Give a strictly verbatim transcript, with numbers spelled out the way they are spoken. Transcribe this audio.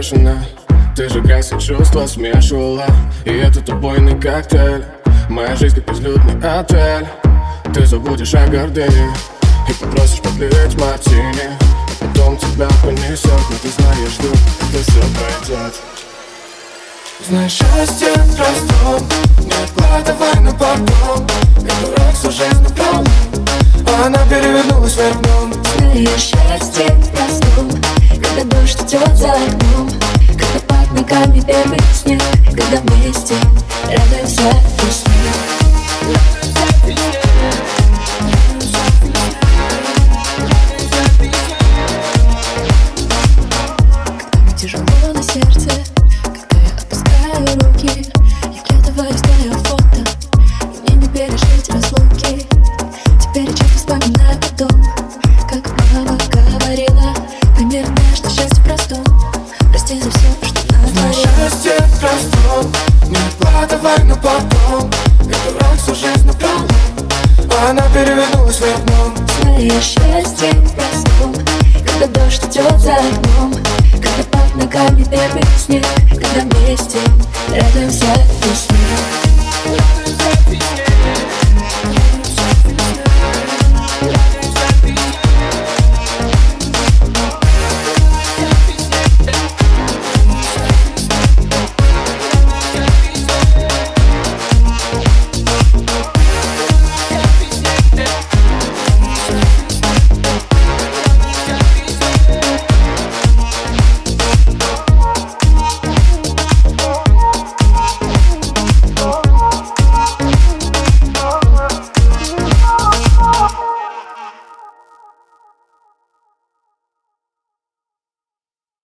бешено. Ты же грязь и чувства смешивала, и этот убойный коктейль. Моя жизнь как безлюдный отель. Ты забудешь о гордыне и попросишь подлить мартини, а потом тебя понесет, но ты знаешь, жду, это все пройдет. Знаешь, счастье простом, не откладывай на потом. Эту дурак всю жизнь напролом, а она перевернулась вверх дном. Знаешь, счастье простом, когда дождь идет за окном, когда под ногами первый снег, когда вместе радуемся весне. Когда мне тяжело на сердце, когда я опускаю руки, я вглядываюсь в твое фото, и мне не пережить разлуки. Теперь я часто вспоминаю о том, как мама говорила, пойми, что счастье простом. Прости за все, что натворила. Счастье простом, не откладывай на потом. Эту дурак всю жизнь напролом, а она перевернулась вверх дном. Знаешь, счастье простом, когда дождь идет за окном, когда под ногами первый снег, когда вместе радуемся весне.